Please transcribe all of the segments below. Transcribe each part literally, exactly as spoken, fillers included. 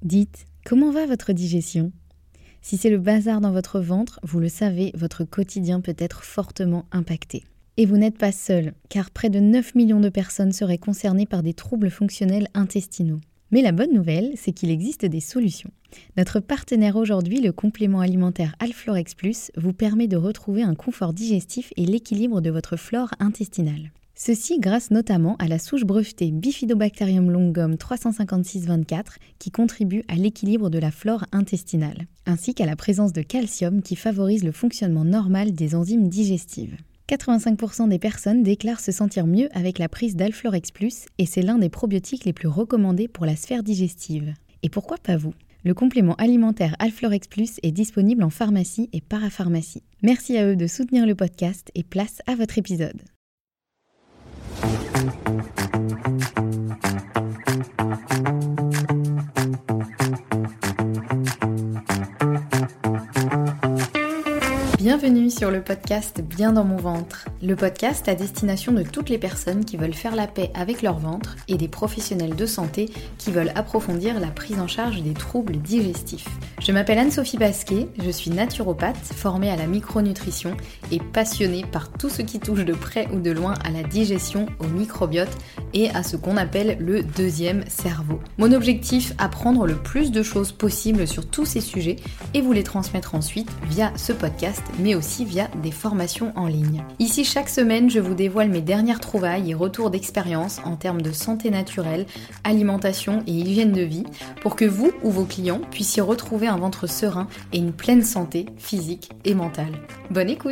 Dites, comment va votre digestion ? Si c'est le bazar dans votre ventre, vous le savez, votre quotidien peut être fortement impacté. Et vous n'êtes pas seul, car près de neuf millions de personnes seraient concernées par des troubles fonctionnels intestinaux. Mais la bonne nouvelle, c'est qu'il existe des solutions. Notre partenaire aujourd'hui, le complément alimentaire Alflorex Plus, vous permet de retrouver un confort digestif et l'équilibre de votre flore intestinale. Ceci grâce notamment à la souche brevetée Bifidobacterium longum trois cent cinquante-six vingt-quatre qui contribue à l'équilibre de la flore intestinale, ainsi qu'à la présence de calcium qui favorise le fonctionnement normal des enzymes digestives. quatre-vingt-cinq pour cent des personnes déclarent se sentir mieux avec la prise d'Alflorex Plus et c'est l'un des probiotiques les plus recommandés pour la sphère digestive. Et pourquoi pas vous ? Le complément alimentaire Alflorex Plus est disponible en pharmacie et parapharmacie. Merci à eux de soutenir le podcast et place à votre épisode. Bienvenue sur le podcast Bien dans mon ventre, le podcast à destination de toutes les personnes qui veulent faire la paix avec leur ventre et des professionnels de santé qui veulent approfondir la prise en charge des troubles digestifs. Je m'appelle Anne-Sophie Basquet, je suis naturopathe, formée à la micronutrition et passionnée par tout ce qui touche de près ou de loin à la digestion, au microbiote et à ce qu'on appelle le deuxième cerveau. Mon objectif, apprendre le plus de choses possibles sur tous ces sujets et vous les transmettre ensuite via ce podcast, mais aussi via des formations en ligne. Ici, chaque semaine, je vous dévoile mes dernières trouvailles et retours d'expérience en termes de santé naturelle, alimentation et hygiène de vie, pour que vous ou vos clients puissiez retrouver un ventre serein et une pleine santé physique et mentale. Bonne écoute!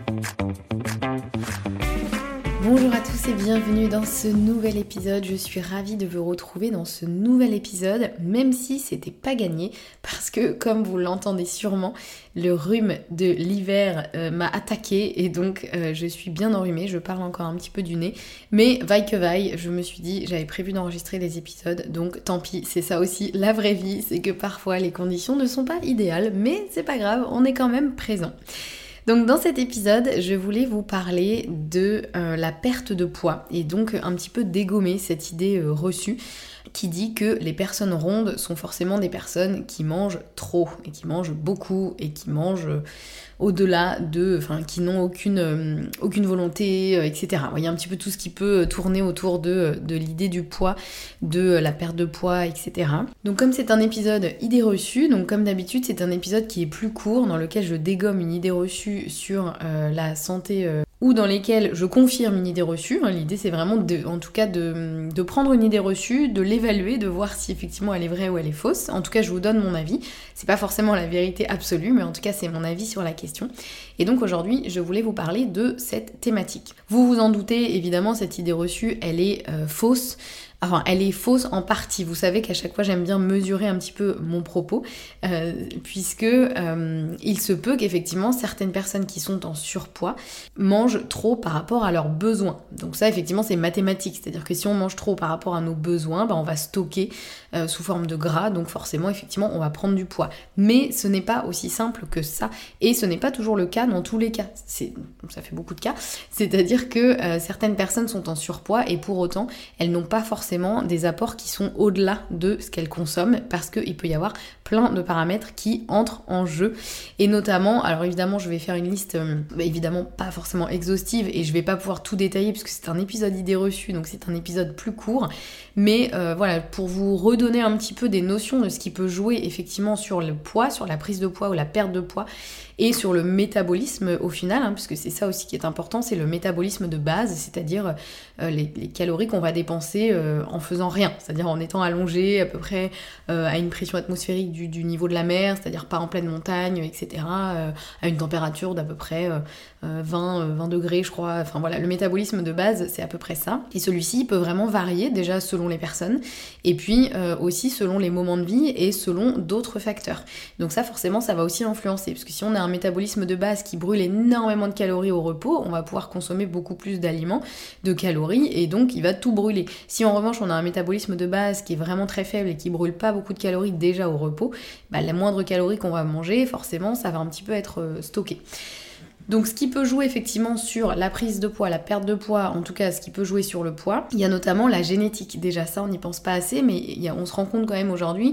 Bonjour à tous et bienvenue dans ce nouvel épisode. Je suis ravie de vous retrouver dans ce nouvel épisode, même si c'était pas gagné, parce que comme vous l'entendez sûrement, le rhume de l'hiver euh, m'a attaqué et donc euh, je suis bien enrhumée, je parle encore un petit peu du nez, mais vaille que vaille, je me suis dit, j'avais prévu d'enregistrer des épisodes, donc tant pis, c'est ça aussi la vraie vie, c'est que parfois les conditions ne sont pas idéales, mais c'est pas grave, on est quand même présent. Donc dans cet épisode, je voulais vous parler de euh, la perte de poids et donc un petit peu dégommer cette idée euh, reçue qui dit que les personnes rondes sont forcément des personnes qui mangent trop et qui mangent beaucoup et qui mangent euh, au-delà de, enfin qui n'ont aucune, euh, aucune volonté, euh, et cetera. Il y a un petit peu tout ce qui peut tourner autour de, de l'idée du poids, de la perte de poids, et cetera. Donc comme c'est un épisode idée reçue, donc comme d'habitude c'est un épisode qui est plus court dans lequel je dégomme une idée reçue sur euh, la santé euh, ou dans lesquels je confirme une idée reçue. L'idée c'est vraiment de, en tout cas de, de prendre une idée reçue, de l'évaluer, de voir si effectivement elle est vraie ou elle est fausse. En tout cas je vous donne mon avis, c'est pas forcément la vérité absolue, mais en tout cas c'est mon avis sur la question. Et donc aujourd'hui je voulais vous parler de cette thématique. Vous vous en doutez, évidemment cette idée reçue elle est euh, fausse. Enfin, elle est fausse en partie. Vous savez qu'à chaque fois, j'aime bien mesurer un petit peu mon propos, euh, puisque euh, il se peut qu'effectivement, certaines personnes qui sont en surpoids mangent trop par rapport à leurs besoins. Donc ça, effectivement, c'est mathématique. C'est-à-dire que si on mange trop par rapport à nos besoins, bah, on va stocker euh, sous forme de gras. Donc forcément, effectivement, on va prendre du poids. Mais ce n'est pas aussi simple que ça. Et ce n'est pas toujours le cas dans tous les cas. C'est, ça fait beaucoup de cas. C'est-à-dire que euh, certaines personnes sont en surpoids et pour autant, elles n'ont pas forcément des apports qui sont au-delà de ce qu'elles consomment parce qu'il peut y avoir plein de paramètres qui entrent en jeu et notamment, alors évidemment je vais faire une liste euh, bah évidemment pas forcément exhaustive et je vais pas pouvoir tout détailler puisque c'est un épisode idée reçue donc c'est un épisode plus court mais euh, voilà pour vous redonner un petit peu des notions de ce qui peut jouer effectivement sur le poids, sur la prise de poids ou la perte de poids et sur le métabolisme au final, hein, puisque c'est ça aussi qui est important, c'est le métabolisme de base, c'est-à-dire euh, les, les calories qu'on va dépenser euh, en faisant rien, c'est-à-dire en étant allongé à peu près euh, à une pression atmosphérique du, du niveau de la mer, c'est-à-dire pas en pleine montagne, et cetera, euh, à une température d'à peu près euh, vingt, vingt degrés je crois, enfin voilà, le métabolisme de base c'est à peu près ça, et celui-ci peut vraiment varier déjà selon les personnes, et puis euh, aussi selon les moments de vie et selon d'autres facteurs. Donc ça forcément ça va aussi influencer, parce que si on a un métabolisme de base qui brûle énormément de calories au repos, on va pouvoir consommer beaucoup plus d'aliments, de calories, et donc il va tout brûler. Si en revanche on a un métabolisme de base qui est vraiment très faible et qui brûle pas beaucoup de calories déjà au repos, bah, la moindre calorie qu'on va manger, forcément ça va un petit peu être euh, stocké. Donc ce qui peut jouer effectivement sur la prise de poids, la perte de poids, en tout cas ce qui peut jouer sur le poids, il y a notamment la génétique. Déjà ça on n'y pense pas assez, mais il y a, on se rend compte quand même aujourd'hui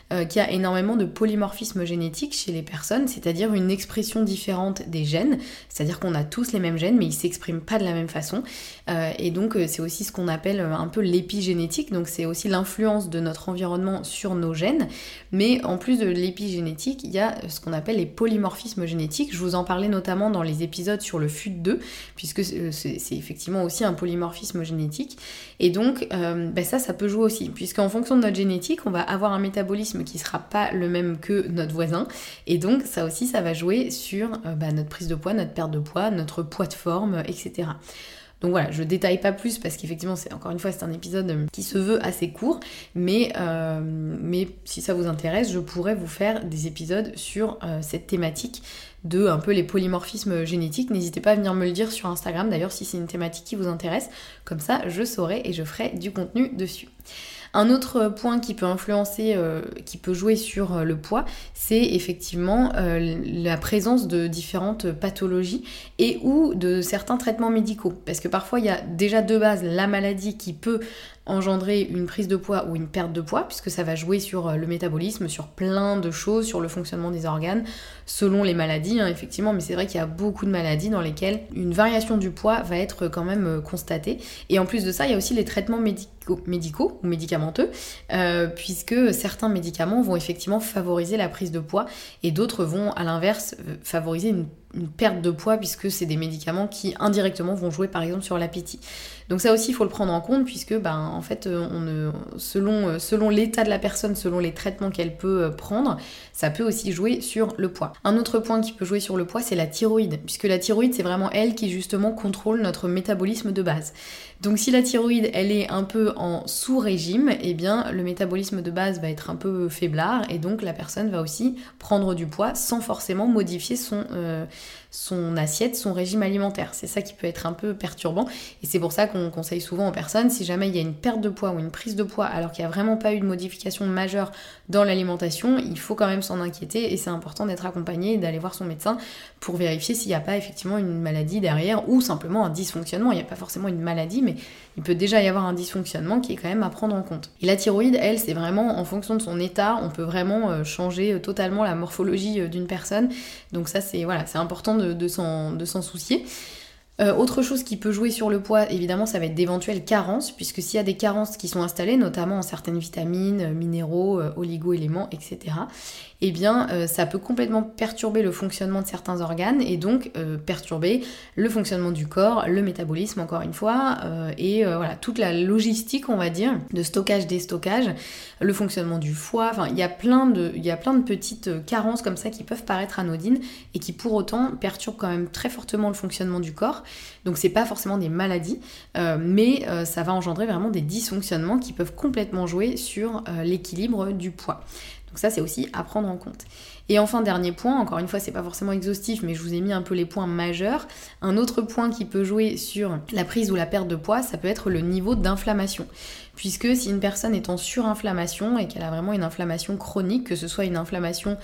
euh, qu'il y a énormément de polymorphisme génétique chez les personnes, c'est-à-dire une expression différente des gènes, c'est-à-dire qu'on a tous les mêmes gènes mais ils s'expriment pas de la même façon, euh, et donc euh, c'est aussi ce qu'on appelle un peu l'épigénétique, donc c'est aussi l'influence de notre environnement sur nos gènes, mais en plus de l'épigénétique, il y a ce qu'on appelle les polymorphismes génétiques. Je vous en parlais notamment dans les épisodes sur le F U T deux, puisque c'est, c'est effectivement aussi un polymorphisme génétique, et donc euh, ben ça, ça peut jouer aussi, puisqu'en fonction de notre génétique, on va avoir un métabolisme qui sera pas le même que notre voisin, et donc ça aussi, ça va jouer sur euh, ben, notre prise de poids, notre perte de poids, notre poids de forme, et cetera. Donc voilà, je détaille pas plus parce qu'effectivement, c'est encore une fois, c'est un épisode qui se veut assez court, mais, euh, mais si ça vous intéresse, je pourrais vous faire des épisodes sur euh, cette thématique de un peu les polymorphismes génétiques. N'hésitez pas à venir me le dire sur Instagram, d'ailleurs, si c'est une thématique qui vous intéresse, comme ça, je saurai et je ferai du contenu dessus. Un autre point qui peut influencer, euh, qui peut jouer sur euh, le poids, c'est effectivement euh, la présence de différentes pathologies et ou de certains traitements médicaux. Parce que parfois, il y a déjà de base la maladie qui peut engendrer une prise de poids ou une perte de poids, puisque ça va jouer sur le métabolisme, sur plein de choses, sur le fonctionnement des organes, selon les maladies, hein, effectivement, mais c'est vrai qu'il y a beaucoup de maladies dans lesquelles une variation du poids va être quand même constatée. Et en plus de ça, il y a aussi les traitements médicaux, médicaux ou médicamenteux, euh, puisque certains médicaments vont effectivement favoriser la prise de poids, et d'autres vont, à l'inverse, favoriser une une perte de poids, puisque c'est des médicaments qui indirectement vont jouer par exemple sur l'appétit. Donc ça aussi il faut le prendre en compte, puisque ben, en fait on ne, selon, selon l'état de la personne, selon les traitements qu'elle peut prendre, ça peut aussi jouer sur le poids. Un autre point qui peut jouer sur le poids, c'est la thyroïde, puisque la thyroïde c'est vraiment elle qui justement contrôle notre métabolisme de base. Donc si la thyroïde elle est un peu en sous-régime, eh bien le métabolisme de base va être un peu faiblard, et donc la personne va aussi prendre du poids sans forcément modifier son, euh, son assiette, son régime alimentaire. C'est ça qui peut être un peu perturbant, et c'est pour ça qu'on conseille souvent aux personnes, si jamais il y a une perte de poids ou une prise de poids alors qu'il n'y a vraiment pas eu de modification majeure dans l'alimentation, il faut quand même s'en inquiéter, et c'est important d'être accompagné et d'aller voir son médecin pour vérifier s'il n'y a pas effectivement une maladie derrière, ou simplement un dysfonctionnement. Il n'y a pas forcément une maladie, mais il peut déjà y avoir un dysfonctionnement qui est quand même à prendre en compte. Et la thyroïde, elle, c'est vraiment en fonction de son état, on peut vraiment changer totalement la morphologie d'une personne, donc ça c'est, voilà, c'est important de, de, s'en, de s'en soucier. Euh, autre chose qui peut jouer sur le poids, évidemment, ça va être d'éventuelles carences, puisque s'il y a des carences qui sont installées, notamment en certaines vitamines, minéraux, euh, oligo-éléments, et cetera, eh bien, euh, ça peut complètement perturber le fonctionnement de certains organes, et donc euh, perturber le fonctionnement du corps, le métabolisme, encore une fois, euh, et euh, voilà, toute la logistique, on va dire, de stockage, déstockage, le fonctionnement du foie, enfin, il y a plein de, il y a plein de petites carences comme ça qui peuvent paraître anodines, et qui pour autant perturbent quand même très fortement le fonctionnement du corps. Donc c'est pas forcément des maladies, euh, mais euh, ça va engendrer vraiment des dysfonctionnements qui peuvent complètement jouer sur euh, l'équilibre du poids. Donc ça c'est aussi à prendre en compte. Et enfin dernier point, encore une fois c'est pas forcément exhaustif, mais je vous ai mis un peu les points majeurs. Un autre point qui peut jouer sur la prise ou la perte de poids, ça peut être le niveau d'inflammation. Puisque si une personne est en surinflammation et qu'elle a vraiment une inflammation chronique, que ce soit une inflammation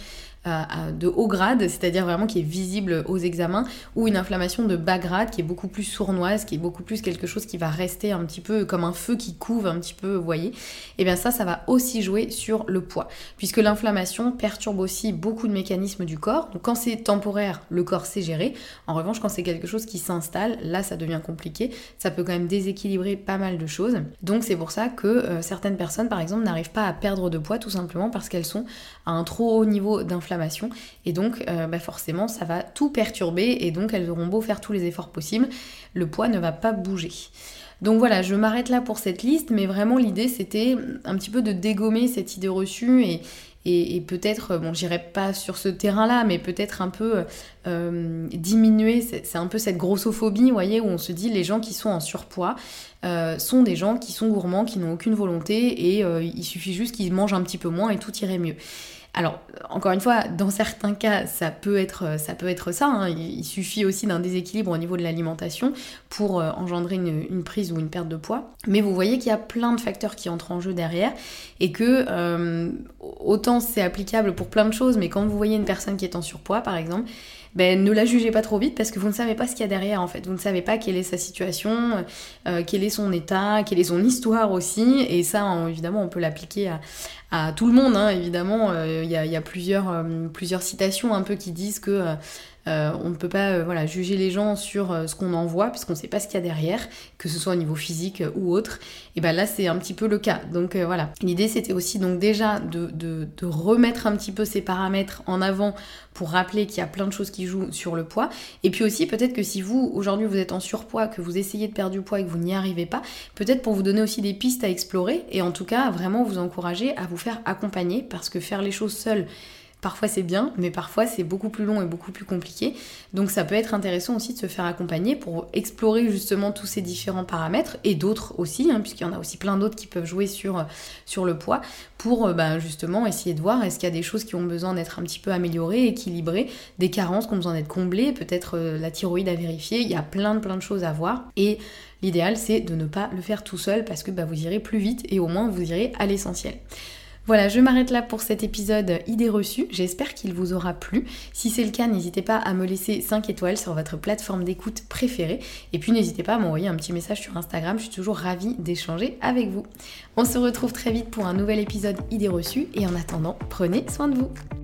de haut grade, c'est-à-dire vraiment qui est visible aux examens, ou une inflammation de bas grade qui est beaucoup plus sournoise, qui est beaucoup plus quelque chose qui va rester un petit peu comme un feu qui couve un petit peu, vous voyez, et bien ça, ça va aussi jouer sur le poids, puisque l'inflammation perturbe aussi beaucoup de mécanismes du corps. Donc quand c'est temporaire, le corps sait gérer. En revanche, quand c'est quelque chose qui s'installe, là ça devient compliqué, ça peut quand même déséquilibrer pas mal de choses. Donc c'est pour ça que euh, certaines personnes, par exemple, n'arrivent pas à perdre de poids, tout simplement parce qu'elles sont à un trop haut niveau d'inflammation, et donc euh, bah forcément ça va tout perturber, et donc elles auront beau faire tous les efforts possibles, le poids ne va pas bouger. Donc voilà, je m'arrête là pour cette liste, mais vraiment l'idée c'était un petit peu de dégommer cette idée reçue, et, et, et peut-être, bon j'irai pas sur ce terrain-là, mais peut-être un peu euh, diminuer, c'est, c'est un peu cette grossophobie, vous voyez, où on se dit les gens qui sont en surpoids euh, sont des gens qui sont gourmands, qui n'ont aucune volonté, et euh, il suffit juste qu'ils mangent un petit peu moins et tout irait mieux. Alors, encore une fois, dans certains cas, ça peut être ça, peut être ça hein. Il suffit aussi d'un déséquilibre au niveau de l'alimentation pour euh, engendrer une, une prise ou une perte de poids. Mais vous voyez qu'il y a plein de facteurs qui entrent en jeu derrière, et que euh, autant c'est applicable pour plein de choses, mais quand vous voyez une personne qui est en surpoids, par exemple, ben, ne la jugez pas trop vite, parce que vous ne savez pas ce qu'il y a derrière en fait. Vous ne savez pas quelle est sa situation, euh, quel est son état, quelle est son histoire aussi, et ça, on, évidemment, on peut l'appliquer à, à tout le monde, hein, évidemment. Il euh, y, a, y a plusieurs, euh, plusieurs citations un peu qui disent que euh, Euh, on ne peut pas euh, voilà, juger les gens sur euh, ce qu'on en voit, puisqu'on ne sait pas ce qu'il y a derrière, que ce soit au niveau physique euh, ou autre. Et bien là, c'est un petit peu le cas. Donc euh, voilà. L'idée, c'était aussi donc déjà de, de, de remettre un petit peu ces paramètres en avant pour rappeler qu'il y a plein de choses qui jouent sur le poids. Et puis aussi, peut-être que si vous, aujourd'hui, vous êtes en surpoids, que vous essayez de perdre du poids et que vous n'y arrivez pas, peut-être pour vous donner aussi des pistes à explorer et en tout cas, vraiment vous encourager à vous faire accompagner, parce que faire les choses seules, parfois c'est bien, mais parfois c'est beaucoup plus long et beaucoup plus compliqué. Donc ça peut être intéressant aussi de se faire accompagner pour explorer justement tous ces différents paramètres, et d'autres aussi, hein, puisqu'il y en a aussi plein d'autres qui peuvent jouer sur, sur le poids, pour bah, justement essayer de voir est-ce qu'il y a des choses qui ont besoin d'être un petit peu améliorées, équilibrées, des carences qui ont besoin d'être comblées, peut-être euh, la thyroïde à vérifier, il y a plein de plein de choses à voir. Et l'idéal c'est de ne pas le faire tout seul, parce que bah, vous irez plus vite et au moins vous irez à l'essentiel. Voilà, je m'arrête là pour cet épisode idées reçues, j'espère qu'il vous aura plu. Si c'est le cas, n'hésitez pas à me laisser cinq étoiles sur votre plateforme d'écoute préférée, et puis n'hésitez pas à m'envoyer un petit message sur Instagram, je suis toujours ravie d'échanger avec vous. On se retrouve très vite pour un nouvel épisode idées reçues, et en attendant, prenez soin de vous.